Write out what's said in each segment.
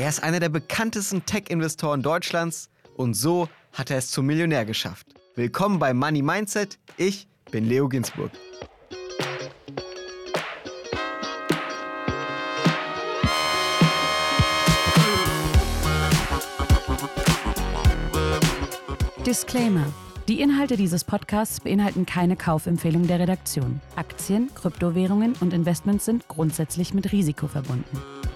Er ist einer der bekanntesten Tech-Investoren Deutschlands und so hat er es zum Millionär geschafft. Willkommen bei Money Mindset, ich bin Leo Ginsburg. Disclaimer. Die Inhalte dieses Podcasts beinhalten keine Kaufempfehlung der Redaktion. Aktien, Kryptowährungen und Investments sind grundsätzlich mit Risiko verbunden.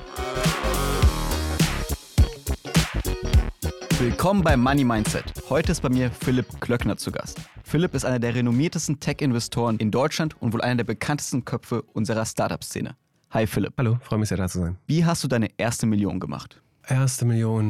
Willkommen bei Money Mindset. Heute ist bei mir Philipp Klöckner zu Gast. Philipp ist einer der renommiertesten Tech-Investoren in Deutschland und wohl einer der bekanntesten Köpfe unserer Startup-Szene. Hi Philipp. Hallo, freue mich sehr, da zu sein. Wie hast du deine erste Million gemacht? Erste Million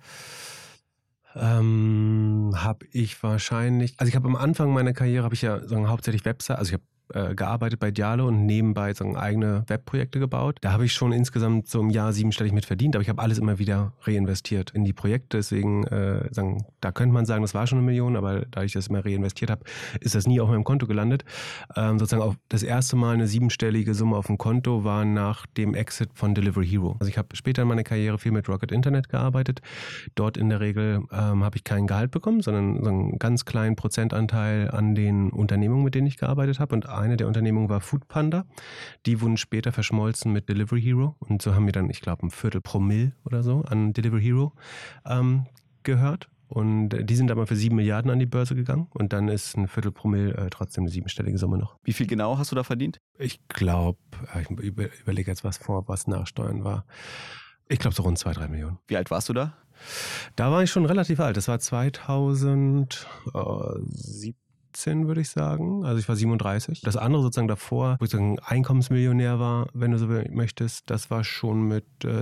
habe ich wahrscheinlich, also ich habe am Anfang meiner Karriere, hauptsächlich Website, also ich habe gearbeitet bei Idealo und nebenbei eigene Webprojekte gebaut. Da habe ich schon insgesamt so im Jahr 7-stellig mit verdient, aber ich habe alles immer wieder reinvestiert in die Projekte. Deswegen, da könnte man sagen, das war schon 1 Million, aber da ich das immer reinvestiert habe, ist das nie auf meinem Konto gelandet. Sozusagen auch das erste Mal eine 7-stellige Summe auf dem Konto war nach dem Exit von Delivery Hero. Also ich habe später in meiner Karriere viel mit Rocket Internet gearbeitet. Dort in der Regel habe ich kein Gehalt bekommen, sondern so einen ganz kleinen Prozentanteil an den Unternehmungen, mit denen ich gearbeitet habe. Und eine der Unternehmungen war Foodpanda. Die wurden später verschmolzen mit Delivery Hero. Und so haben wir dann, ich glaube, 1/4 Promille oder so an Delivery Hero gehört. Und die sind aber für 7 Milliarden an die Börse gegangen. Und dann ist 1/4 Promille trotzdem eine 7-stellige Summe noch. Wie viel genau hast du da verdient? Ich glaube, ich überlege jetzt, was nach Steuern war. Ich glaube, so rund 2-3 Millionen. Wie alt warst du da? Da war ich schon relativ alt. Das war 2017, würde ich sagen. Also ich war 37. Das andere sozusagen davor, wo ich Einkommensmillionär war, wenn du so möchtest, das war schon mit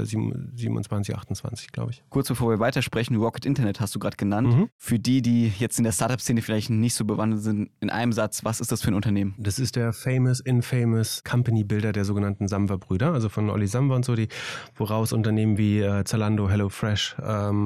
27, 28, glaube ich. Kurz bevor wir weitersprechen, Rocket Internet hast du gerade genannt. Mhm. Für die jetzt in der Startup-Szene vielleicht nicht so bewandert sind, in einem Satz, was ist das für ein Unternehmen? Das ist der infamous Company Builder der sogenannten Samwer-Brüder, also von Olli Samwer und so, woraus Unternehmen wie Zalando, HelloFresh,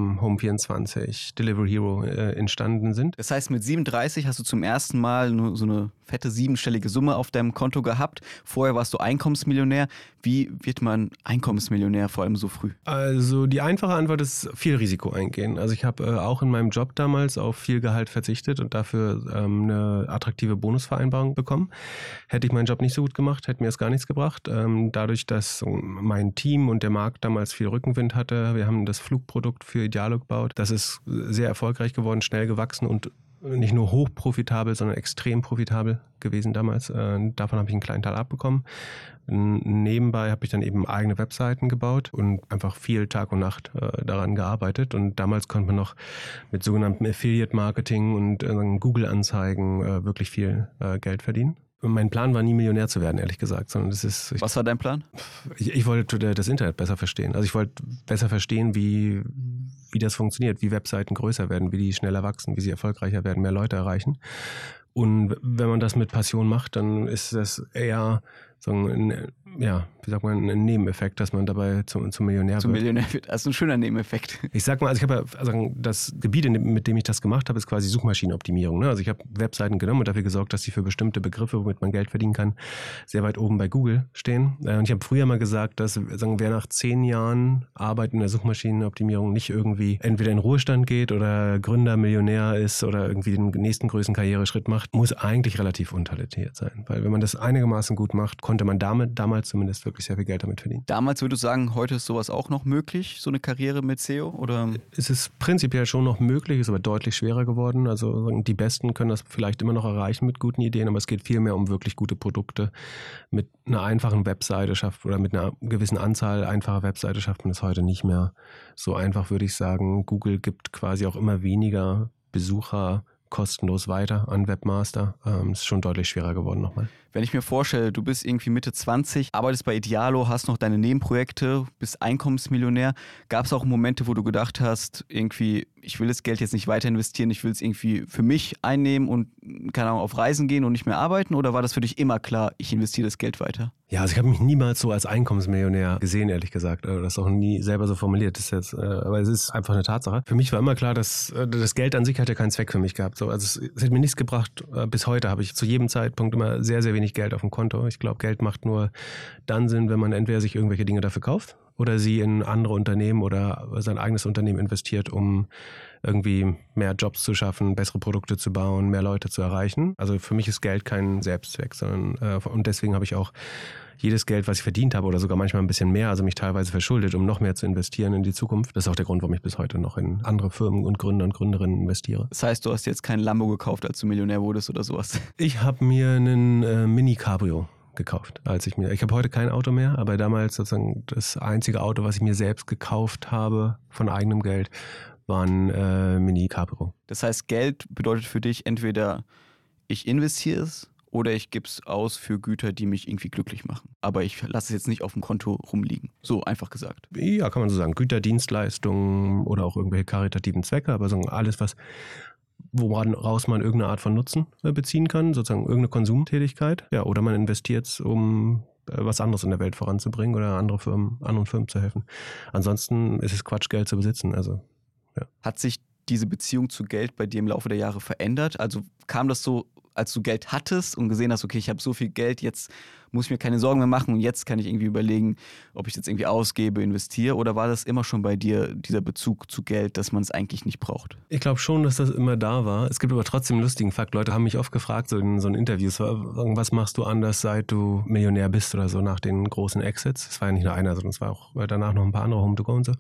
Home24, Delivery Hero entstanden sind. Das heißt, mit 37 hast du zum ersten Mal nur so eine fette 7-stellige Summe auf deinem Konto gehabt. Vorher warst du Einkommensmillionär. Wie wird man Einkommensmillionär, vor allem so früh? Also die einfache Antwort ist viel Risiko eingehen. Also ich habe auch in meinem Job damals auf viel Gehalt verzichtet und dafür eine attraktive Bonusvereinbarung bekommen. Hätte ich meinen Job nicht so gut gemacht, hätte mir das gar nichts gebracht. Dadurch, dass mein Team und der Markt damals viel Rückenwind hatte, wir haben das Flugprodukt für Idealo gebaut. Das ist sehr erfolgreich geworden, schnell gewachsen und nicht nur hochprofitabel, sondern extrem profitabel gewesen damals. Davon habe ich einen kleinen Teil abbekommen. Nebenbei habe ich dann eben eigene Webseiten gebaut und einfach viel Tag und Nacht daran gearbeitet. Und damals konnte man noch mit sogenanntem Affiliate-Marketing und Google-Anzeigen wirklich viel Geld verdienen. Mein Plan war nie Millionär zu werden, ehrlich gesagt. Sondern Was war dein Plan? Ich wollte das Internet besser verstehen. Also ich wollte besser verstehen, wie das funktioniert, wie Webseiten größer werden, wie die schneller wachsen, wie sie erfolgreicher werden, mehr Leute erreichen. Und wenn man das mit Passion macht, dann ist das eher so ein Nebeneffekt, dass man dabei zum Millionär wird. Zum Millionär wird. Das ist ein schöner Nebeneffekt. Ich sag mal, also ich habe das Gebiet, mit dem ich das gemacht habe, ist quasi Suchmaschinenoptimierung. Ne? Also ich habe Webseiten genommen und dafür gesorgt, dass sie für bestimmte Begriffe, womit man Geld verdienen kann, sehr weit oben bei Google stehen. Und ich habe früher mal gesagt, dass wer nach 10 Jahren Arbeit in der Suchmaschinenoptimierung nicht irgendwie entweder in Ruhestand geht oder Gründer, Millionär ist oder irgendwie den nächsten größten Karriereschritt macht, muss eigentlich relativ untalentiert sein. Weil wenn man das einigermaßen gut macht, konnte man damals zumindest wirklich sehr viel Geld damit verdienen. Damals würdest du sagen, heute ist sowas auch noch möglich, so eine Karriere mit SEO? Oder? Es ist prinzipiell schon noch möglich, ist aber deutlich schwerer geworden. Also die Besten können das vielleicht immer noch erreichen mit guten Ideen, aber es geht viel mehr um wirklich gute Produkte. Mit einer einfachen Webseite oder mit einer gewissen Anzahl einfacher Webseite schafft man es heute nicht mehr so einfach, würde ich sagen. Google gibt quasi auch immer weniger Besucher kostenlos weiter an Webmaster. Ist schon deutlich schwerer geworden nochmal. Wenn ich mir vorstelle, du bist irgendwie Mitte 20, arbeitest bei Idealo, hast noch deine Nebenprojekte, bist Einkommensmillionär. Gab es auch Momente, wo du gedacht hast, irgendwie, ich will das Geld jetzt nicht weiter investieren, ich will es irgendwie für mich einnehmen und, keine Ahnung, auf Reisen gehen und nicht mehr arbeiten? Oder war das für dich immer klar, ich investiere das Geld weiter? Ja, also ich habe mich niemals so als Einkommensmillionär gesehen, ehrlich gesagt. Das ist auch nie selber so formuliert. Aber es ist einfach eine Tatsache. Für mich war immer klar, dass das Geld an sich hat ja keinen Zweck für mich gehabt. Also es hat mir nichts gebracht. Bis heute habe ich zu jedem Zeitpunkt immer sehr, sehr wenig Geld auf dem Konto. Ich glaube, Geld macht nur dann Sinn, wenn man entweder sich irgendwelche Dinge dafür kauft oder sie in andere Unternehmen oder sein eigenes Unternehmen investiert, um irgendwie mehr Jobs zu schaffen, bessere Produkte zu bauen, mehr Leute zu erreichen. Also für mich ist Geld kein Selbstzweck, sondern und deswegen habe ich auch jedes Geld, was ich verdient habe oder sogar manchmal ein bisschen mehr, also mich teilweise verschuldet, um noch mehr zu investieren in die Zukunft. Das ist auch der Grund, warum ich bis heute noch in andere Firmen und Gründer und Gründerinnen investiere. Das heißt, du hast jetzt kein Lambo gekauft, als du Millionär wurdest oder sowas? Ich habe mir einen Mini-Cabrio gekauft, ich habe heute kein Auto mehr, aber damals sozusagen das einzige Auto, was ich mir selbst gekauft habe von eigenem Geld, war ein Mini-Cabrio. Das heißt, Geld bedeutet für dich entweder ich investiere es oder ich gebe es aus für Güter, die mich irgendwie glücklich machen. Aber ich lasse es jetzt nicht auf dem Konto rumliegen. So einfach gesagt. Ja, kann man so sagen. Güter, Dienstleistungen oder auch irgendwelche karitativen Zwecke, aber so alles, woraus man irgendeine Art von Nutzen beziehen kann, sozusagen irgendeine Konsumtätigkeit. Ja, oder man investiert es, um was anderes in der Welt voranzubringen oder anderen Firmen zu helfen. Ansonsten ist es Quatsch, Geld zu besitzen. Also, ja. Hat sich diese Beziehung zu Geld bei dir im Laufe der Jahre verändert? Also kam das so, als du Geld hattest und gesehen hast, okay, ich habe so viel Geld, jetzt muss ich mir keine Sorgen mehr machen und jetzt kann ich irgendwie überlegen, ob ich jetzt irgendwie ausgebe, investiere, oder war das immer schon bei dir, dieser Bezug zu Geld, dass man es eigentlich nicht braucht? Ich glaube schon, dass das immer da war. Es gibt aber trotzdem einen lustigen Fakt. Leute haben mich oft gefragt, so in Interviews, was machst du anders, seit du Millionär bist oder so nach den großen Exits? Es war ja nicht nur einer, sondern es war auch danach noch ein paar andere, Home2Go und so.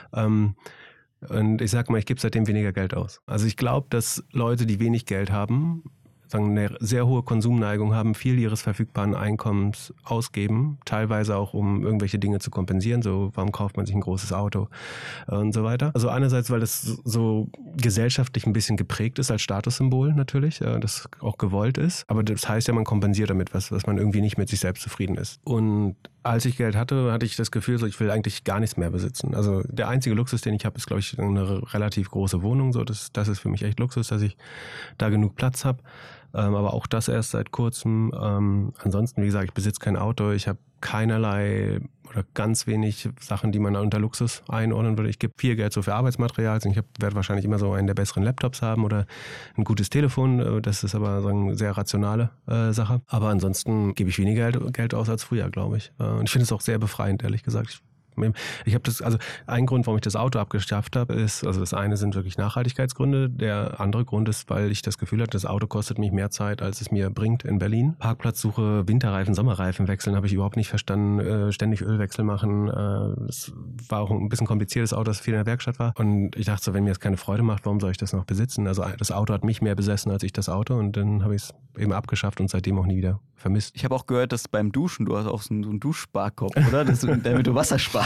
Und ich sag mal, ich gebe seitdem weniger Geld aus. Also ich glaube, dass Leute, die wenig Geld haben, eine sehr hohe Konsumneigung haben, viel ihres verfügbaren Einkommens ausgeben, teilweise auch, um irgendwelche Dinge zu kompensieren, so warum kauft man sich ein großes Auto und so weiter. Also einerseits, weil das so gesellschaftlich ein bisschen geprägt ist als Statussymbol natürlich, das auch gewollt ist, aber das heißt ja, man kompensiert damit was man irgendwie nicht mit sich selbst zufrieden ist. Und als ich Geld hatte ich das Gefühl, so ich will eigentlich gar nichts mehr besitzen. Also der einzige Luxus, den ich habe, ist, glaube ich, eine relativ große Wohnung. So, das ist für mich echt Luxus, dass ich da genug Platz habe. Aber auch das erst seit kurzem. Ansonsten, wie gesagt, ich besitze kein Auto. Ich habe keinerlei oder ganz wenig Sachen, die man unter Luxus einordnen würde. Ich gebe viel Geld so für Arbeitsmaterial. Also ich werde wahrscheinlich immer so einen der besseren Laptops haben oder ein gutes Telefon. Das ist aber so eine sehr rationale Sache. Aber ansonsten gebe ich weniger Geld aus als früher, glaube ich. Und ich finde es auch sehr befreiend, ehrlich gesagt. Ich habe also ein Grund, warum ich das Auto abgeschafft habe, ist, also das eine sind wirklich Nachhaltigkeitsgründe, der andere Grund ist, weil ich das Gefühl hatte, das Auto kostet mich mehr Zeit, als es mir bringt in Berlin. Parkplatzsuche, Winterreifen, Sommerreifen wechseln, habe ich überhaupt nicht verstanden, ständig Ölwechsel machen, es war auch ein bisschen kompliziertes Auto, das viel in der Werkstatt war, und ich dachte so, wenn mir das keine Freude macht, warum soll ich das noch besitzen? Also das Auto hat mich mehr besessen als ich das Auto, und dann habe ich es eben abgeschafft und seitdem auch nie wieder vermisst. Ich habe auch gehört, dass beim Duschen, du hast auch so einen Duschsparkopf, oder? Damit du Wasser sparst.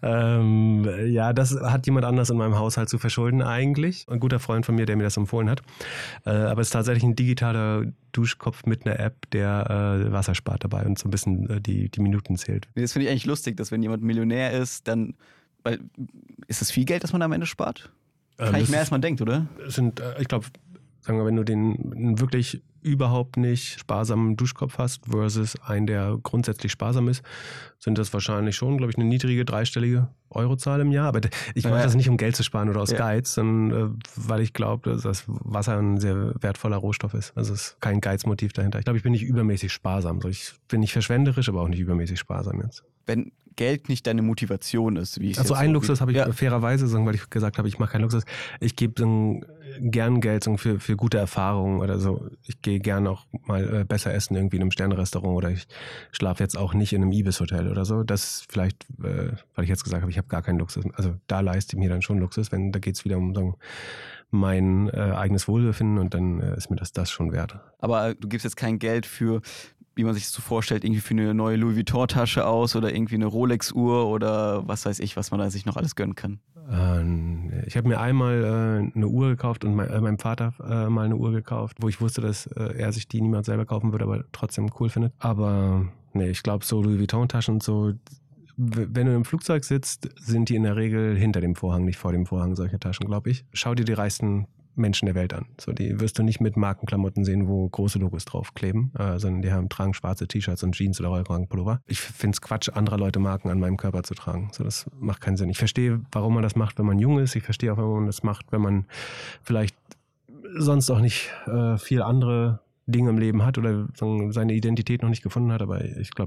Ja, das hat jemand anders in meinem Haushalt zu verschulden eigentlich. Ein guter Freund von mir, der mir das empfohlen hat. Aber es ist tatsächlich ein digitaler Duschkopf mit einer App, der Wasser spart dabei und so ein bisschen die Minuten zählt. Das finde ich eigentlich lustig, dass wenn jemand Millionär ist, dann, weil, ist das viel Geld, das man am Ende spart? Wahrscheinlich mehr, als man denkt, oder? Ich glaube, sagen wir, wenn du den wirklich überhaupt nicht sparsamen Duschkopf hast versus einen, der grundsätzlich sparsam ist, sind das wahrscheinlich schon, glaube ich, eine niedrige dreistellige Eurozahl im Jahr. Aber ich mache das nicht, um Geld zu sparen oder aus Geiz, sondern weil ich glaube, dass das Wasser ein sehr wertvoller Rohstoff ist. Also es ist kein Geizmotiv dahinter. Ich glaube, ich bin nicht übermäßig sparsam. Ich bin nicht verschwenderisch, aber auch nicht übermäßig sparsam jetzt. Wenn Geld nicht deine Motivation ist, wie ich also einen Luxus habe ich fairerweise, weil ich gesagt habe, ich mache keinen Luxus. Ich gebe gern Geld für gute Erfahrungen oder so. Ich gehe gern auch mal besser essen irgendwie in einem Sterne-Restaurant oder ich schlafe jetzt auch nicht in einem Ibis-Hotel oder so. Das ist vielleicht, weil ich jetzt gesagt habe, ich habe gar keinen Luxus. Also da leiste ich mir dann schon Luxus, da geht es wieder um mein eigenes Wohlbefinden, und dann ist mir das schon wert. Aber du gibst jetzt kein Geld für, wie man sich das so vorstellt, irgendwie für eine neue Louis Vuitton-Tasche aus oder irgendwie eine Rolex-Uhr oder was weiß ich, was man da sich noch alles gönnen kann? Ich habe mir einmal eine Uhr gekauft und meinem Vater mal eine Uhr gekauft, wo ich wusste, dass er sich die niemals selber kaufen würde, aber trotzdem cool findet. Aber nee, ich glaube, so Louis Vuitton-Taschen und so, wenn du im Flugzeug sitzt, sind die in der Regel hinter dem Vorhang, nicht vor dem Vorhang, solche Taschen, glaube ich. Schau dir die reichsten Menschen der Welt an. So, die wirst du nicht mit Markenklamotten sehen, wo große Logos draufkleben, sondern die tragen schwarze T-Shirts und Jeans oder Rollkragenpullover. Ich finde es Quatsch, anderer Leute Marken an meinem Körper zu tragen. So, das macht keinen Sinn. Ich verstehe, warum man das macht, wenn man jung ist. Ich verstehe auch, warum man das macht, wenn man vielleicht sonst auch nicht viel andere Dinge im Leben hat oder seine Identität noch nicht gefunden hat. Aber ich glaube nicht,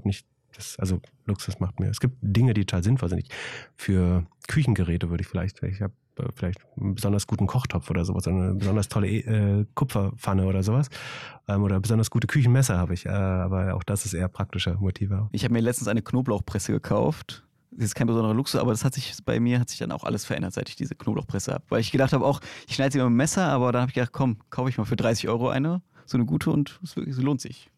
Also Luxus macht mir. Es gibt Dinge, die total sinnvoll sind. Für Küchengeräte würde ich ich habe vielleicht einen besonders guten Kochtopf oder sowas, eine besonders tolle Kupferpfanne oder sowas. Oder besonders gute Küchenmesser habe ich. Aber auch das ist eher praktische Motive. Ich habe mir letztens eine Knoblauchpresse gekauft. Das ist kein besonderer Luxus, aber bei mir hat sich dann auch alles verändert, seit ich diese Knoblauchpresse habe. Weil ich gedacht habe auch, ich schneide sie mit dem Messer, aber dann habe ich gedacht, komm, kaufe ich mal für 30 € eine, so eine gute und es lohnt sich.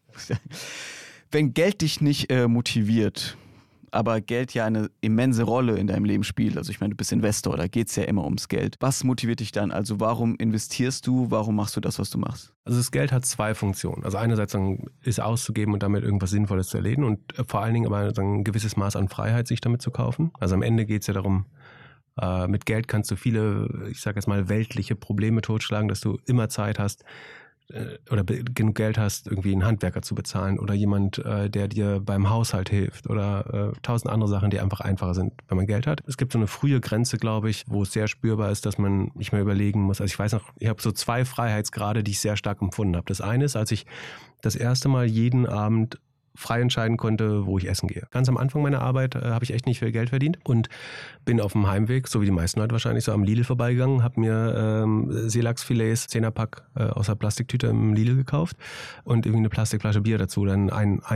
Wenn Geld dich nicht motiviert, aber Geld ja eine immense Rolle in deinem Leben spielt, also ich meine, du bist Investor, da geht es ja immer ums Geld. Was motiviert dich dann? Also warum investierst du? Warum machst du das, was du machst? Also das Geld hat zwei Funktionen. Also einerseits ist auszugeben und damit irgendwas Sinnvolles zu erledigen und vor allen Dingen aber ein gewisses Maß an Freiheit, sich damit zu kaufen. Also am Ende geht es ja darum, mit Geld kannst du viele, ich sage jetzt mal, weltliche Probleme totschlagen, dass du immer Zeit hast, oder genug Geld hast, irgendwie einen Handwerker zu bezahlen oder jemand, der dir beim Haushalt hilft oder 1000 andere Sachen, die einfach einfacher sind, wenn man Geld hat. Es gibt so eine frühe Grenze, glaube ich, wo es sehr spürbar ist, dass man nicht mehr überlegen muss. Also ich weiß noch, ich habe so 2 Freiheitsgrade, die ich sehr stark empfunden habe. Das eine ist, als ich das erste Mal jeden Abend frei entscheiden konnte, wo ich essen gehe. Ganz am Anfang meiner Arbeit habe ich echt nicht viel Geld verdient und bin auf dem Heimweg, so wie die meisten Leute wahrscheinlich, so am Lidl vorbeigegangen, habe mir Seelachsfilets, 10er-Pack aus der Plastiktüte im Lidl gekauft und irgendwie eine Plastikflasche Bier dazu, dann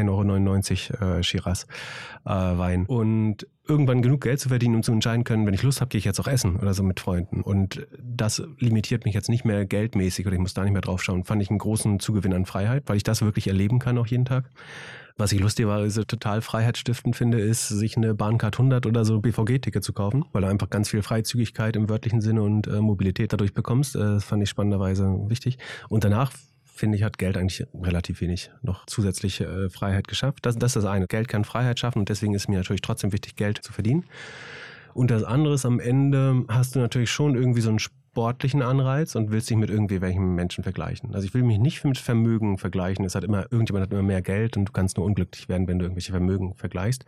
1,99 € Shiraz Wein. Und irgendwann genug Geld zu verdienen, um zu entscheiden können, wenn ich Lust habe, gehe ich jetzt auch essen oder so mit Freunden. Und das limitiert mich jetzt nicht mehr geldmäßig oder ich muss da nicht mehr drauf schauen. Fand ich einen großen Zugewinn an Freiheit, weil ich das wirklich erleben kann auch jeden Tag. Was ich lustigerweise total freiheitsstiftend finde, ist, sich eine Bahncard 100 oder so BVG-Ticket zu kaufen, weil du einfach ganz viel Freizügigkeit im wörtlichen Sinne und Mobilität dadurch bekommst. Das fand ich spannenderweise wichtig. Und danach, finde ich, hat Geld eigentlich relativ wenig noch zusätzliche Freiheit geschafft. Das ist das eine. Geld kann Freiheit schaffen und deswegen ist mir natürlich trotzdem wichtig, Geld zu verdienen. Und das andere ist, am Ende hast du natürlich schon irgendwie so einen sportlichen Anreiz und willst dich mit welchen Menschen vergleichen. Also ich will mich nicht mit Vermögen vergleichen. Irgendjemand hat immer mehr Geld und du kannst nur unglücklich werden, wenn du irgendwelche Vermögen vergleichst.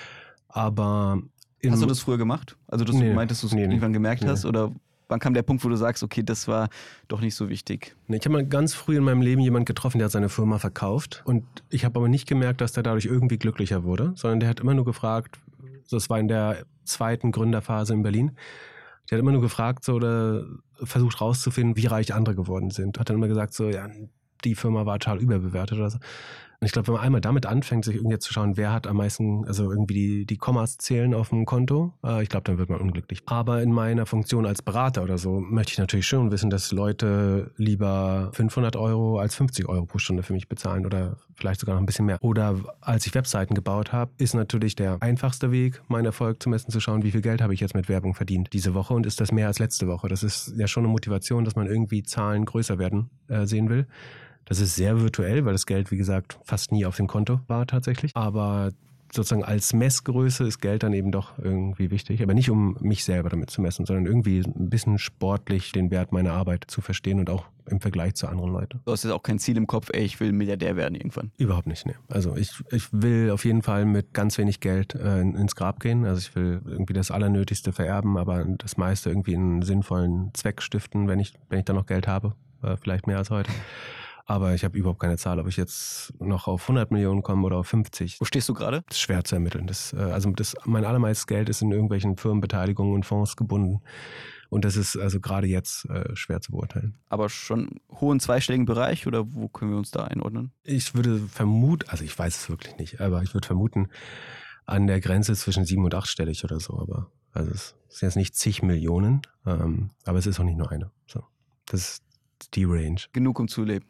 Aber hast du das früher gemacht? Also du meintest, du es irgendwann gemerkt hast? Oder wann kam der Punkt, wo du sagst, okay, das war doch nicht so wichtig? Ich habe mal ganz früh in meinem Leben jemanden getroffen, der hat seine Firma verkauft. Und ich habe aber nicht gemerkt, dass der dadurch irgendwie glücklicher wurde, sondern der hat immer nur gefragt, das war in der 2. Gründerphase in Berlin, der hat immer nur gefragt oder versucht rauszufinden, wie reich andere geworden sind. Hat dann immer gesagt, so, ja, die Firma war total überbewertet oder so. Und ich glaube, wenn man einmal damit anfängt, sich irgendwie zu schauen, wer hat am meisten, also irgendwie die Kommas zählen auf dem Konto, ich glaube, dann wird man unglücklich. Aber in meiner Funktion als Berater oder so möchte ich natürlich schon wissen, dass Leute lieber 500 € als 50 € pro Stunde für mich bezahlen oder vielleicht sogar noch ein bisschen mehr. Oder als ich Webseiten gebaut habe, ist natürlich der einfachste Weg, meinen Erfolg zu messen, zu schauen, wie viel Geld habe ich jetzt mit Werbung verdient diese Woche und ist das mehr als letzte Woche. Das ist ja schon eine Motivation, dass man irgendwie Zahlen größer werden sehen will. Das ist sehr virtuell, weil das Geld, wie gesagt, fast nie auf dem Konto war tatsächlich. Aber sozusagen als Messgröße ist Geld dann eben doch irgendwie wichtig. Aber nicht, um mich selber damit zu messen, sondern irgendwie ein bisschen sportlich den Wert meiner Arbeit zu verstehen und auch im Vergleich zu anderen Leuten. Du hast jetzt auch kein Ziel im Kopf, ich will Milliardär werden irgendwann. Überhaupt nicht, ne. Also ich will auf jeden Fall mit ganz wenig Geld ins Grab gehen. Also ich will irgendwie das Allernötigste vererben, aber das meiste irgendwie in einen sinnvollen Zweck stiften, wenn ich dann noch Geld habe. Vielleicht mehr als heute. Aber ich habe überhaupt keine Zahl, ob ich jetzt noch auf 100 Millionen komme oder auf 50. Wo stehst du gerade? Das ist schwer zu ermitteln. Mein allermeistes Geld ist in irgendwelchen Firmenbeteiligungen und Fonds gebunden. Und das ist also gerade jetzt schwer zu beurteilen. Aber schon hohen zweistelligen Bereich oder wo können wir uns da einordnen? Ich würde vermuten, also ich weiß es wirklich nicht, aber ich würde vermuten, an der Grenze zwischen 7- und 8-stellig oder so. Aber also es sind jetzt nicht zig Millionen, aber es ist auch nicht nur eine. So. Das ist die Range. Genug, um zu leben.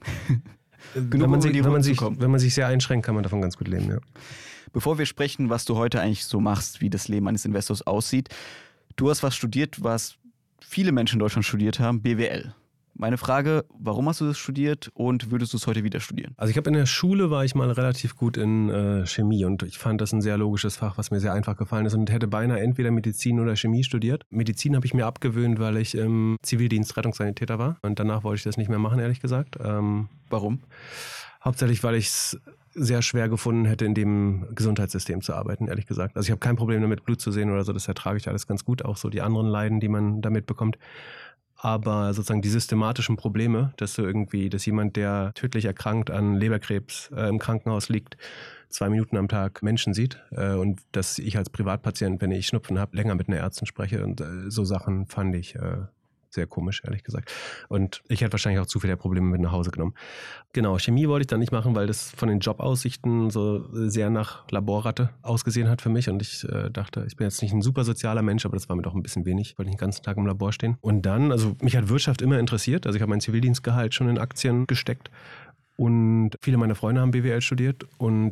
Wenn man sich sehr einschränkt, kann man davon ganz gut leben, ja. Bevor wir sprechen, was du heute eigentlich so machst, wie das Leben eines Investors aussieht, du hast was studiert, was viele Menschen in Deutschland studiert haben, BWL. Meine Frage, warum hast du das studiert und würdest du es heute wieder studieren? Also ich habe in der Schule, war ich mal relativ gut in Chemie und ich fand das ein sehr logisches Fach, was mir sehr einfach gefallen ist und hätte beinahe entweder Medizin oder Chemie studiert. Medizin habe ich mir abgewöhnt, weil ich im Zivildienst Rettungssanitäter war und danach wollte ich das nicht mehr machen, ehrlich gesagt. Warum? Hauptsächlich, weil ich es sehr schwer gefunden hätte, in dem Gesundheitssystem zu arbeiten, ehrlich gesagt. Also ich habe kein Problem damit, Blut zu sehen oder so, das ertrage ich alles ganz gut, auch so die anderen Leiden, die man damit bekommt. Aber sozusagen die systematischen Probleme, dass jemand, der tödlich erkrankt an Leberkrebs im Krankenhaus liegt, 2 Minuten am Tag Menschen sieht und dass ich als Privatpatient, wenn ich Schnupfen habe, länger mit einer Ärztin spreche und so Sachen fand ich sehr komisch, ehrlich gesagt. Und ich hätte wahrscheinlich auch zu viele Probleme mit nach Hause genommen. Genau, Chemie wollte ich dann nicht machen, weil das von den Jobaussichten so sehr nach Laborratte ausgesehen hat für mich. Und ich dachte, ich bin jetzt nicht ein super sozialer Mensch, aber das war mir doch ein bisschen wenig. Ich wollte nicht den ganzen Tag im Labor stehen. Und dann, also mich hat Wirtschaft immer interessiert. Also ich habe mein Zivildienstgehalt schon in Aktien gesteckt. Und viele meiner Freunde haben BWL studiert und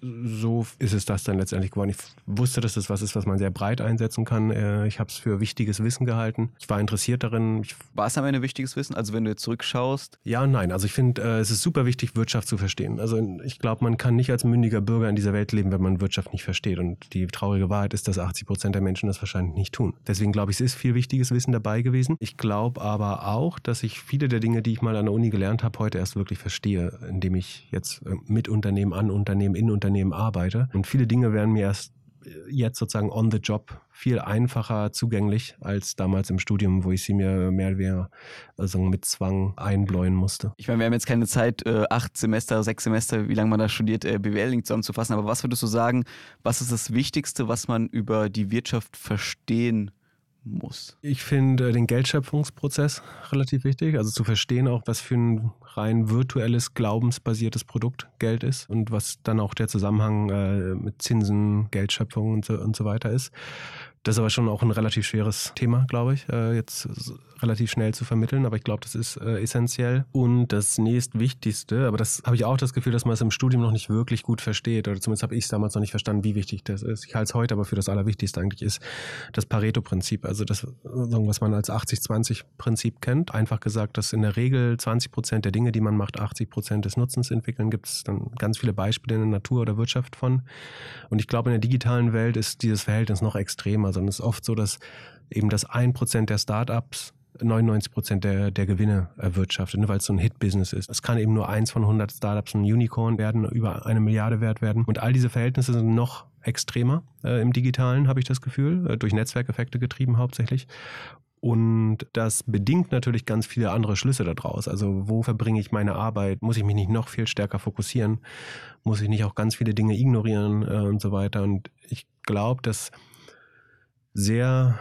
so ist es das dann letztendlich geworden. Ich wusste, dass das was ist, was man sehr breit einsetzen kann. Ich habe es für wichtiges Wissen gehalten. Ich war interessiert darin. War es am Ende wichtiges Wissen? Also wenn du jetzt zurückschaust? Ja und nein. Also ich finde, es ist super wichtig, Wirtschaft zu verstehen. Also ich glaube, man kann nicht als mündiger Bürger in dieser Welt leben, wenn man Wirtschaft nicht versteht. Und die traurige Wahrheit ist, dass 80% der Menschen das wahrscheinlich nicht tun. Deswegen glaube ich, es ist viel wichtiges Wissen dabei gewesen. Ich glaube aber auch, dass ich viele der Dinge, die ich mal an der Uni gelernt habe, heute erst wirklich verstehe, indem ich jetzt mit Unternehmen, an Unternehmen, in Unternehmen arbeite. Und viele Dinge werden mir erst jetzt sozusagen on the job viel einfacher zugänglich als damals im Studium, wo ich sie mir mehr oder weniger mit Zwang einbläuen musste. Ich meine, wir haben jetzt keine Zeit, 8 Semester, 6 Semester, wie lange man da studiert, BWL zusammenzufassen. Aber was würdest du sagen, was ist das Wichtigste, was man über die Wirtschaft verstehen muss? Ich finde den Geldschöpfungsprozess relativ wichtig, also zu verstehen auch, was für ein rein virtuelles, glaubensbasiertes Produkt Geld ist und was dann auch der Zusammenhang mit Zinsen, Geldschöpfung und so weiter ist. Das ist aber schon auch ein relativ schweres Thema, glaube ich, jetzt relativ schnell zu vermitteln, aber ich glaube, das ist essentiell. Und das nächstwichtigste, aber das habe ich auch das Gefühl, dass man es im Studium noch nicht wirklich gut versteht, oder zumindest habe ich es damals noch nicht verstanden, wie wichtig das ist. Ich halte es heute aber für das Allerwichtigste eigentlich ist das Pareto-Prinzip, also das, was man als 80-20-Prinzip kennt. Einfach gesagt, dass in der Regel 20% der Dinge, die man macht, 80% des Nutzens entwickeln. Gibt es dann ganz viele Beispiele in der Natur oder Wirtschaft von. Und ich glaube, in der digitalen Welt ist dieses Verhältnis noch extremer. Und es ist oft so, dass eben das 1% der Startups 99% der Gewinne erwirtschaftet, weil es so ein Hit-Business ist. Es kann eben nur 1 von 100 Startups ein Unicorn werden, über 1 Milliarde wert werden. Und all diese Verhältnisse sind noch extremer im Digitalen, habe ich das Gefühl, durch Netzwerkeffekte getrieben hauptsächlich. Und das bedingt natürlich ganz viele andere Schlüsse daraus. Also wo verbringe ich meine Arbeit? Muss ich mich nicht noch viel stärker fokussieren? Muss ich nicht auch ganz viele Dinge ignorieren und so weiter? Und ich glaube, dass sehr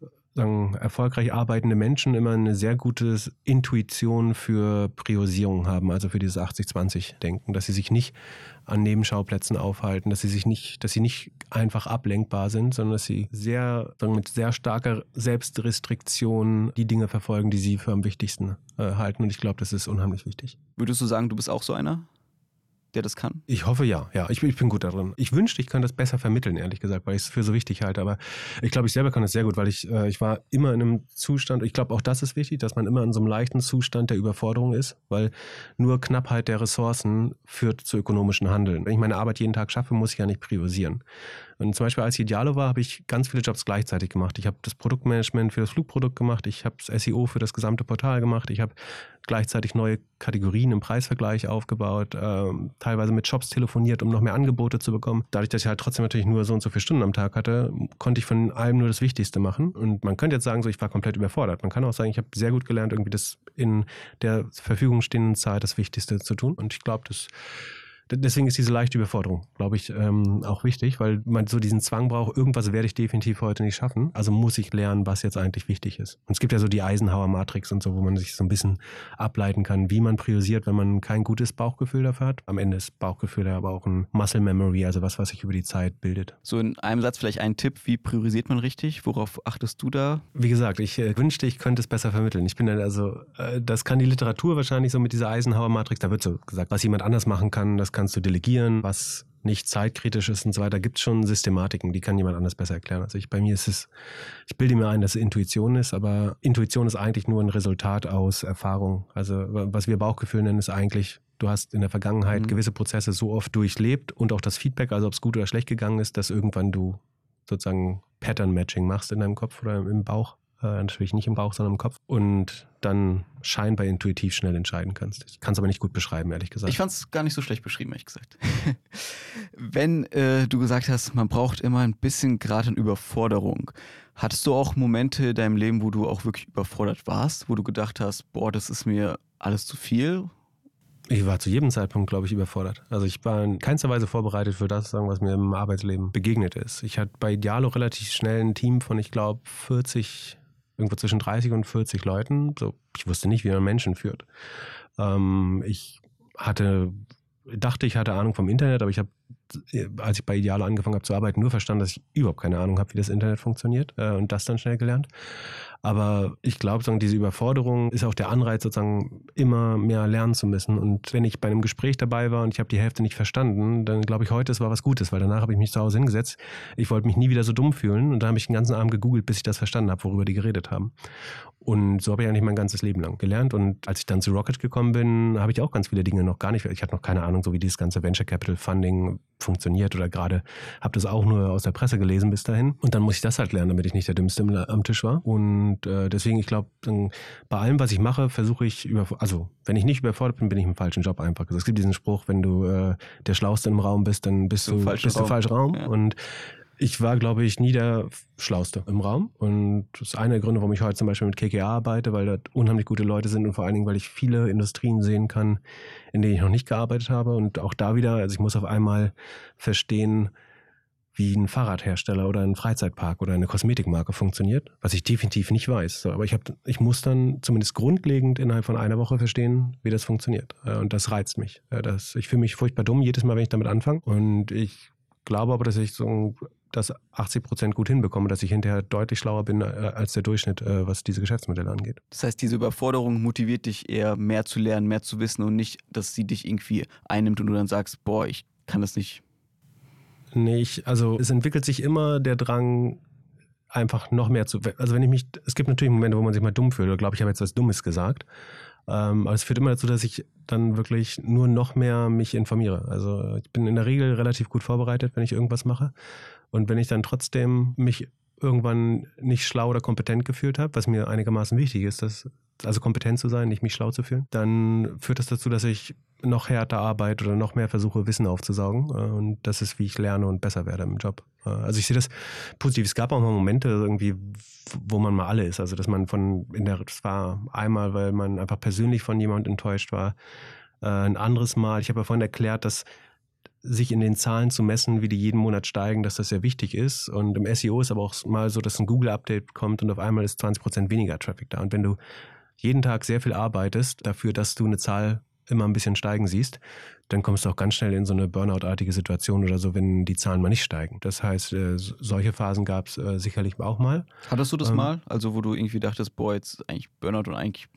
erfolgreich arbeitende Menschen immer eine sehr gute Intuition für Priorisierung haben, also für dieses 80-20-Denken, dass sie sich nicht an Nebenschauplätzen aufhalten, dass sie nicht einfach ablenkbar sind, sondern dass sie mit sehr starker Selbstrestriktion die Dinge verfolgen, die sie für am wichtigsten halten. Und ich glaube, das ist unheimlich wichtig. Würdest du sagen, du bist auch so einer, der das kann? Ich hoffe ja. Ich bin gut darin. Ich wünschte, ich könnte das besser vermitteln, ehrlich gesagt, weil ich es für so wichtig halte. Aber ich glaube, ich selber kann das sehr gut, weil ich war immer in einem Zustand, ich glaube auch das ist wichtig, dass man immer in so einem leichten Zustand der Überforderung ist, weil nur Knappheit der Ressourcen führt zu ökonomischem Handeln. Wenn ich meine Arbeit jeden Tag schaffe, muss ich ja nicht priorisieren. Und zum Beispiel als ich Idealo war, habe ich ganz viele Jobs gleichzeitig gemacht. Ich habe das Produktmanagement für das Flugprodukt gemacht, ich habe das SEO für das gesamte Portal gemacht, ich habe gleichzeitig neue Kategorien im Preisvergleich aufgebaut, teilweise mit Shops telefoniert, um noch mehr Angebote zu bekommen. Dadurch, dass ich halt trotzdem natürlich nur so und so viele Stunden am Tag hatte, konnte ich von allem nur das Wichtigste machen. Und man könnte jetzt sagen, so ich war komplett überfordert. Man kann auch sagen, ich habe sehr gut gelernt, irgendwie das in der zur Verfügung stehenden Zeit das Wichtigste zu tun. Und ich glaube, deswegen ist diese leichte Überforderung, glaube ich, auch wichtig, weil man so diesen Zwang braucht, irgendwas werde ich definitiv heute nicht schaffen. Also muss ich lernen, was jetzt eigentlich wichtig ist. Und es gibt ja so die Eisenhower-Matrix und so, wo man sich so ein bisschen ableiten kann, wie man priorisiert, wenn man kein gutes Bauchgefühl dafür hat. Am Ende ist Bauchgefühl aber auch ein Muscle Memory, also was sich über die Zeit bildet. So in einem Satz vielleicht ein Tipp, wie priorisiert man richtig? Worauf achtest du da? Wie gesagt, ich wünschte, ich könnte es besser vermitteln. Ich bin dann das kann die Literatur wahrscheinlich so mit dieser Eisenhower-Matrix, da wird so gesagt, was jemand anders machen kann, das kannst du delegieren, was nicht zeitkritisch ist und so weiter, gibt es schon Systematiken, die kann jemand anders besser erklären. Also bei mir ist es, ich bilde mir ein, dass es Intuition ist, aber Intuition ist eigentlich nur ein Resultat aus Erfahrung. Also was wir Bauchgefühl nennen, ist eigentlich, du hast in der Vergangenheit gewisse Prozesse so oft durchlebt und auch das Feedback, also ob es gut oder schlecht gegangen ist, dass irgendwann du sozusagen Pattern-Matching machst in deinem Kopf oder im Bauch. natürlich nicht im Bauch, sondern im Kopf und dann scheinbar intuitiv schnell entscheiden kannst. Ich kann es aber nicht gut beschreiben, ehrlich gesagt. Ich fand es gar nicht so schlecht beschrieben, ehrlich gesagt. Wenn du gesagt hast, man braucht immer ein bisschen Grad an Überforderung, hattest du auch Momente in deinem Leben, wo du auch wirklich überfordert warst, wo du gedacht hast, boah, das ist mir alles zu viel? Ich war zu jedem Zeitpunkt, glaube ich, überfordert. Also ich war in keinster Weise vorbereitet für das, was mir im Arbeitsleben begegnet ist. Ich hatte bei Idealo relativ schnell ein Team von, ich glaube, 40, irgendwo zwischen 30 und 40 Leuten. So, ich wusste nicht, wie man Menschen führt. Ich dachte, ich hatte Ahnung vom Internet, aber ich habe, als ich bei Idealo angefangen habe zu arbeiten, nur verstanden, dass ich überhaupt keine Ahnung habe, wie das Internet funktioniert und das dann schnell gelernt. Aber ich glaube, diese Überforderung ist auch der Anreiz, sozusagen immer mehr lernen zu müssen. Und wenn ich bei einem Gespräch dabei war und ich habe die Hälfte nicht verstanden, dann glaube ich heute, es war was Gutes, weil danach habe ich mich zu Hause hingesetzt. Ich wollte mich nie wieder so dumm fühlen und dann habe ich den ganzen Abend gegoogelt, bis ich das verstanden habe, worüber die geredet haben. Und so habe ich eigentlich mein ganzes Leben lang gelernt. Und als ich dann zu Rocket gekommen bin, habe ich auch ganz viele Dinge noch gar nicht. Ich hatte noch keine Ahnung, so wie dieses ganze Venture Capital Funding funktioniert oder gerade habe das auch nur aus der Presse gelesen bis dahin. Und dann muss ich das halt lernen, damit ich nicht der Dümmste am Tisch war. Und deswegen, ich glaube, bei allem, was ich mache, versuche ich, wenn ich nicht überfordert bin, bin ich im falschen Job einfach. Also es gibt diesen Spruch, wenn du der Schlauste im Raum bist, dann bist du im falschen Raum. Ja. Und ich war, glaube ich, nie der Schlauste im Raum. Und das ist einer der Gründe, warum ich heute zum Beispiel mit KKA arbeite, weil da unheimlich gute Leute sind und vor allen Dingen, weil ich viele Industrien sehen kann, in denen ich noch nicht gearbeitet habe. Und auch da wieder, also ich muss auf einmal verstehen, wie ein Fahrradhersteller oder ein Freizeitpark oder eine Kosmetikmarke funktioniert, was ich definitiv nicht weiß. So, aber ich muss dann zumindest grundlegend innerhalb von einer Woche verstehen, wie das funktioniert. Und das reizt mich. Ich fühle mich furchtbar dumm jedes Mal, wenn ich damit anfange. Und ich glaube aber, dass ich das 80% gut hinbekomme, dass ich hinterher deutlich schlauer bin als der Durchschnitt, was diese Geschäftsmodelle angeht. Das heißt, diese Überforderung motiviert dich eher, mehr zu lernen, mehr zu wissen und nicht, dass sie dich irgendwie einnimmt und du dann sagst, boah, ich kann das nicht. Nee, es entwickelt sich immer der Drang, einfach noch mehr es gibt natürlich Momente, wo man sich mal dumm fühlt, oder glaube ich, habe jetzt was Dummes gesagt. Aber es führt immer dazu, dass ich dann wirklich nur noch mehr mich informiere. Also ich bin in der Regel relativ gut vorbereitet, wenn ich irgendwas mache. Und wenn ich dann trotzdem mich irgendwann nicht schlau oder kompetent gefühlt habe, was mir einigermaßen wichtig ist, also kompetent zu sein, nicht mich schlau zu fühlen, dann führt das dazu, dass ich noch härter arbeite oder noch mehr versuche, Wissen aufzusaugen. Und das ist, wie ich lerne und besser werde im Job. Also ich sehe das positiv. Es gab auch mal Momente irgendwie, wo man mal alle ist. Also dass man das war einmal, weil man einfach persönlich von jemandem enttäuscht war. Ein anderes Mal, ich habe ja vorhin erklärt, dass sich in den Zahlen zu messen, wie die jeden Monat steigen, dass das sehr wichtig ist. Und im SEO ist aber auch mal so, dass ein Google-Update kommt und auf einmal ist 20% weniger Traffic da. Und wenn du jeden Tag sehr viel arbeitest dafür, dass du eine Zahl immer ein bisschen steigen siehst, dann kommst du auch ganz schnell in so eine Burnout-artige Situation oder so, wenn die Zahlen mal nicht steigen. Das heißt, solche Phasen gab es sicherlich auch mal. Hattest du das mal? Also wo du irgendwie dachtest, boah, jetzt eigentlich Burnout und eigentlich...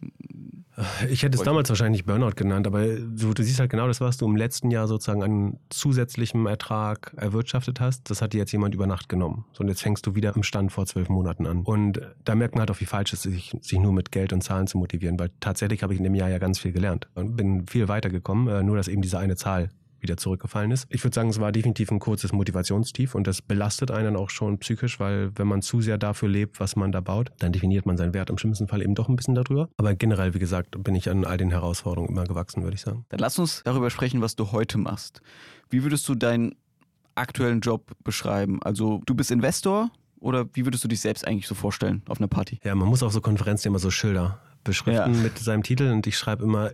Ich hätte es damals wahrscheinlich Burnout genannt, aber du siehst halt genau das, was du im letzten Jahr sozusagen an zusätzlichem Ertrag erwirtschaftet hast, das hat dir jetzt jemand über Nacht genommen. So, und jetzt fängst du wieder am Stand vor 12 Monaten an. Und da merkt man halt auch, wie falsch es ist, sich nur mit Geld und Zahlen zu motivieren, weil tatsächlich habe ich in dem Jahr ja ganz viel gelernt und bin viel weitergekommen, nur dass eben diese eine Zahl wieder zurückgefallen ist. Ich würde sagen, es war definitiv ein kurzes Motivationstief und das belastet einen auch schon psychisch, weil wenn man zu sehr dafür lebt, was man da baut, dann definiert man seinen Wert im schlimmsten Fall eben doch ein bisschen darüber. Aber generell, wie gesagt, bin ich an all den Herausforderungen immer gewachsen, würde ich sagen. Dann lass uns darüber sprechen, was du heute machst. Wie würdest du deinen aktuellen Job beschreiben? Also du bist Investor oder wie würdest du dich selbst eigentlich so vorstellen auf einer Party? Ja, man muss auf so Konferenzen immer so Schilder beschriften mit seinem Titel und ich schreibe immer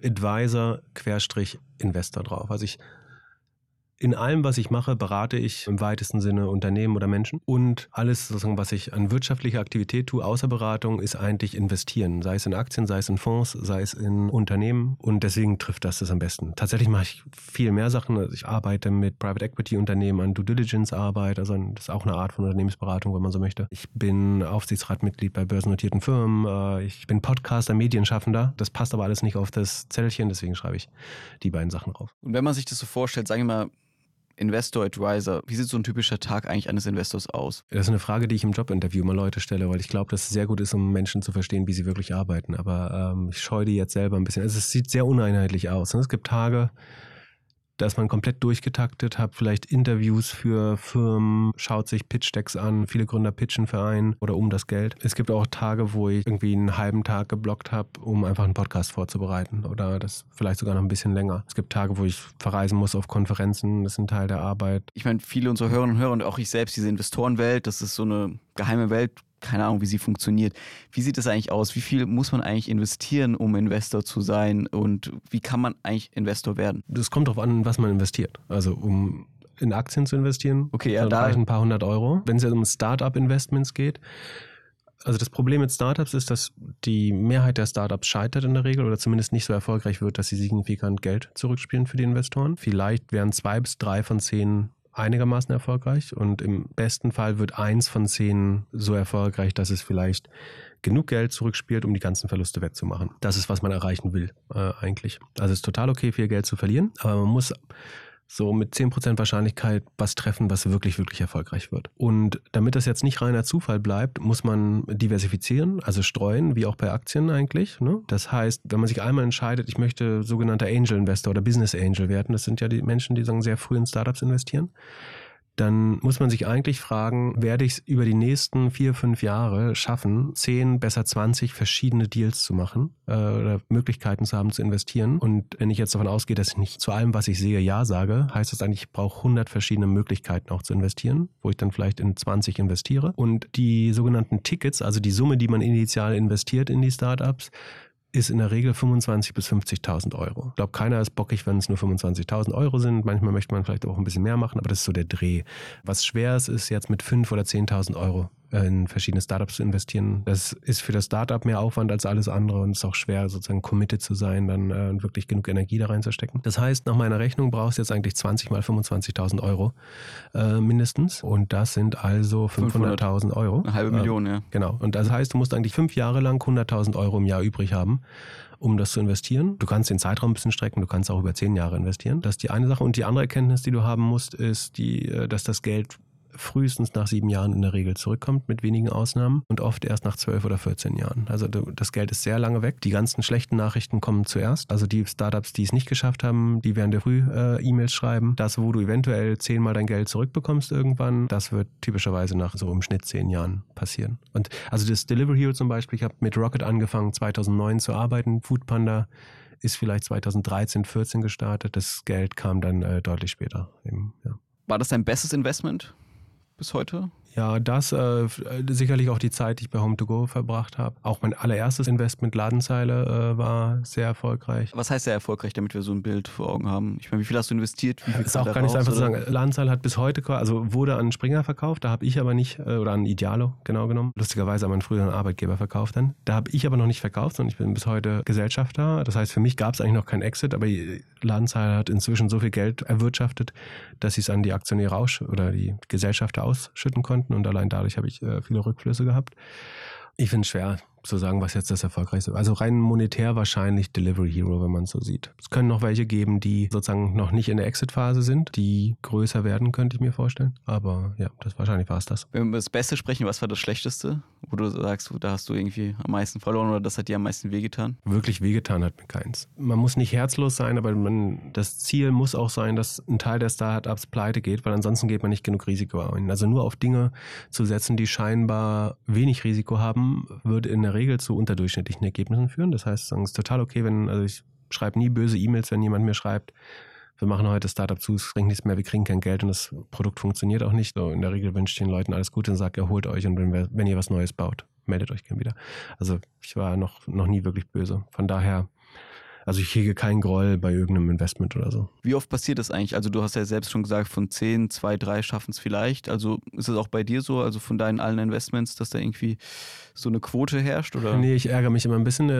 Advisor/Investor drauf. Also in allem, was ich mache, berate ich im weitesten Sinne Unternehmen oder Menschen. Und alles, sozusagen, was ich an wirtschaftlicher Aktivität tue, außer Beratung, ist eigentlich investieren. Sei es in Aktien, sei es in Fonds, sei es in Unternehmen. Und deswegen trifft das am besten. Tatsächlich mache ich viel mehr Sachen. Also ich arbeite mit Private Equity Unternehmen an Due Diligence Arbeit. Also das ist auch eine Art von Unternehmensberatung, wenn man so möchte. Ich bin Aufsichtsratmitglied bei börsennotierten Firmen. Ich bin Podcaster, Medienschaffender. Das passt aber alles nicht auf das Zettelchen. Deswegen schreibe ich die beiden Sachen drauf. Und wenn man sich das so vorstellt, sagen wir mal, Investor, Advisor, wie sieht so ein typischer Tag eigentlich eines Investors aus? Das ist eine Frage, die ich im Jobinterview mal Leute stelle, weil ich glaube, dass es sehr gut ist, um Menschen zu verstehen, wie sie wirklich arbeiten. Aber ich scheue die jetzt selber ein bisschen. Also es sieht sehr uneinheitlich aus. Es gibt Tage, Da ist man komplett durchgetaktet, hat vielleicht Interviews für Firmen, schaut sich Pitch-Decks an, viele Gründer pitchen für einen oder um das Geld. Es gibt auch Tage, wo ich irgendwie einen halben Tag geblockt habe, um einfach einen Podcast vorzubereiten oder das vielleicht sogar noch ein bisschen länger. Es gibt Tage, wo ich verreisen muss auf Konferenzen, das ist ein Teil der Arbeit. Ich meine, viele unserer Hörerinnen und Hörer und auch ich selbst, diese Investorenwelt, das ist so eine geheime Welt, keine Ahnung, wie sie funktioniert. Wie sieht das eigentlich aus? Wie viel muss man eigentlich investieren, um Investor zu sein? Und wie kann man eigentlich Investor werden? Das kommt darauf an, was man investiert. Also um in Aktien zu investieren, okay, ja, da reichen ein paar hundert Euro. Wenn es jetzt um Start-up-Investments geht, also das Problem mit Startups ist, dass die Mehrheit der Startups scheitert in der Regel oder zumindest nicht so erfolgreich wird, dass sie signifikant Geld zurückspielen für die Investoren. Vielleicht wären 2 bis 3 von 10 einigermaßen erfolgreich und im besten Fall wird 1 von 10 so erfolgreich, dass es vielleicht genug Geld zurückspielt, um die ganzen Verluste wettzumachen. Das ist, was man erreichen will eigentlich. Also es ist total okay, viel Geld zu verlieren, aber man muss so mit 10% Wahrscheinlichkeit was treffen, was wirklich, wirklich erfolgreich wird. Und damit das jetzt nicht reiner Zufall bleibt, muss man diversifizieren, also streuen, wie auch bei Aktien eigentlich. Ne? Das heißt, wenn man sich einmal entscheidet, ich möchte sogenannter Angel Investor oder Business Angel werden, das sind ja die Menschen, die sagen, sehr früh in Startups investieren, dann muss man sich eigentlich fragen, werde ich es über die nächsten 4-5 Jahre schaffen, 10, besser 20 verschiedene Deals zu machen oder Möglichkeiten zu haben zu investieren. Und wenn ich jetzt davon ausgehe, dass ich nicht zu allem, was ich sehe, Ja sage, heißt das eigentlich, ich brauche 100 verschiedene Möglichkeiten auch zu investieren, wo ich dann vielleicht in 20 investiere. Und die sogenannten Tickets, also die Summe, die man initial investiert in die Startups, ist in der Regel 25.000 bis 50.000 Euro. Ich glaube, keiner ist bockig, wenn es nur 25.000 Euro sind. Manchmal möchte man vielleicht auch ein bisschen mehr machen, aber das ist so der Dreh. Was schwer ist jetzt mit 5.000 oder 10.000 Euro in verschiedene Startups zu investieren. Das ist für das Startup mehr Aufwand als alles andere und es ist auch schwer, sozusagen committed zu sein, dann wirklich genug Energie da reinzustecken. Das heißt, nach meiner Rechnung brauchst du jetzt eigentlich 20 mal 25.000 Euro mindestens und das sind also 500.000 Euro. Eine halbe Million, ja. Genau. Und das heißt, du musst eigentlich 5 Jahre lang 100.000 Euro im Jahr übrig haben, um das zu investieren. Du kannst den Zeitraum ein bisschen strecken, du kannst auch über 10 Jahre investieren. Das ist die eine Sache. Und die andere Erkenntnis, die du haben musst, ist, dass das Geld frühestens nach 7 Jahren in der Regel zurückkommt, mit wenigen Ausnahmen und oft erst nach 12 oder 14 Jahren. Also das Geld ist sehr lange weg. Die ganzen schlechten Nachrichten kommen zuerst. Also die Startups, die es nicht geschafft haben, die werden dir früh E-Mails schreiben. Das, wo du eventuell 10-mal dein Geld zurückbekommst irgendwann, das wird typischerweise nach so im Schnitt 10 Jahren passieren. Und also das Delivery Hero zum Beispiel, ich habe mit Rocket angefangen 2009 zu arbeiten. Foodpanda ist vielleicht 2013, 14 gestartet. Das Geld kam dann deutlich später. Eben, ja. War das dein bestes Investment bis heute? Ja, das sicherlich auch die Zeit, die ich bei Home2Go verbracht habe. Auch mein allererstes Investment Ladenzeile war sehr erfolgreich. Was heißt sehr erfolgreich, damit wir so ein Bild vor Augen haben? Ich meine, wie viel hast du investiert? Wie viel ist auch gar nicht so einfach zu sagen. Ladenzeile hat bis heute, also wurde an Springer verkauft, da habe ich aber nicht, oder an Idealo genau genommen. Lustigerweise an meinen früheren Arbeitgeber verkauft dann. Da habe ich aber noch nicht verkauft, sondern ich bin bis heute Gesellschafter. Das heißt, für mich gab es eigentlich noch keinen Exit, aber die Ladenzeile hat inzwischen so viel Geld erwirtschaftet, dass sie es an die Aktionäre oder die Gesellschafter ausschütten konnten. Und allein dadurch habe ich viele Rückflüsse gehabt. Ich finde es schwer zu sagen, was jetzt das Erfolgreichste ist. Also rein monetär wahrscheinlich Delivery Hero, wenn man es so sieht. Es können noch welche geben, die sozusagen noch nicht in der Exit-Phase sind, die größer werden, könnte ich mir vorstellen. Aber ja, wahrscheinlich war es das. Wenn wir über das Beste sprechen, was war das Schlechteste? Wo du sagst, da hast du irgendwie am meisten verloren oder das hat dir am meisten wehgetan? Wirklich wehgetan hat mir keins. Man muss nicht herzlos sein, aber das Ziel muss auch sein, dass ein Teil der Startups pleite geht, weil ansonsten geht man nicht genug Risiko ein. Also nur auf Dinge zu setzen, die scheinbar wenig Risiko haben, würde in der Regel zu unterdurchschnittlichen Ergebnissen führen. Das heißt, es ist total okay, also ich schreibe nie böse E-Mails, wenn jemand mir schreibt, wir machen heute das Startup zu, es bringt nichts mehr, wir kriegen kein Geld und das Produkt funktioniert auch nicht. So, in der Regel wünsche ich den Leuten alles Gute und sage, erholt euch und wenn ihr was Neues baut, meldet euch gerne wieder. Also ich war noch nie wirklich böse. Von daher, also ich hege keinen Groll bei irgendeinem Investment oder so. Wie oft passiert das eigentlich? Also du hast ja selbst schon gesagt, von 10, 2, 3 schaffen es vielleicht. Also ist es auch bei dir so, also von deinen allen Investments, dass da irgendwie so eine Quote herrscht? Oder? Nee, ich ärgere mich immer ein bisschen.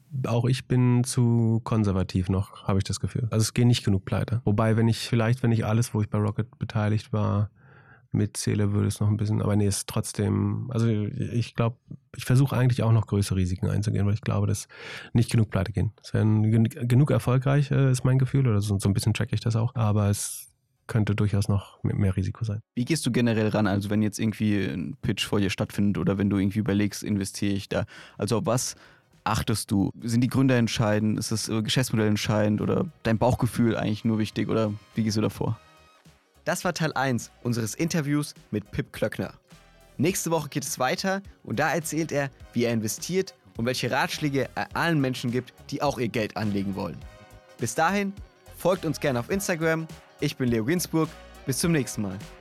Ich bin zu konservativ noch, habe ich das Gefühl. Also es geht nicht genug pleite. Wobei, wenn ich alles, wo ich bei Rocket beteiligt war, mitzähle, würde es noch ein bisschen, aber nee, ist trotzdem, also ich glaube, ich versuche eigentlich auch noch größere Risiken einzugehen, weil ich glaube, dass nicht genug pleite gehen. Es wären genug erfolgreich, ist mein Gefühl, oder so ein bisschen tracke ich das auch, aber es könnte durchaus noch mit mehr Risiko sein. Wie gehst du generell ran, also wenn jetzt irgendwie ein Pitch vor dir stattfindet oder wenn du irgendwie überlegst, investiere ich da, also auf was achtest du? Sind die Gründer entscheidend? Ist das Geschäftsmodell entscheidend oder dein Bauchgefühl eigentlich nur wichtig oder wie gehst du davor? Das war Teil 1 unseres Interviews mit Pip Klöckner. Nächste Woche geht es weiter und da erzählt er, wie er investiert und welche Ratschläge er allen Menschen gibt, die auch ihr Geld anlegen wollen. Bis dahin, folgt uns gerne auf Instagram. Ich bin Leo Ginsburg. Bis zum nächsten Mal.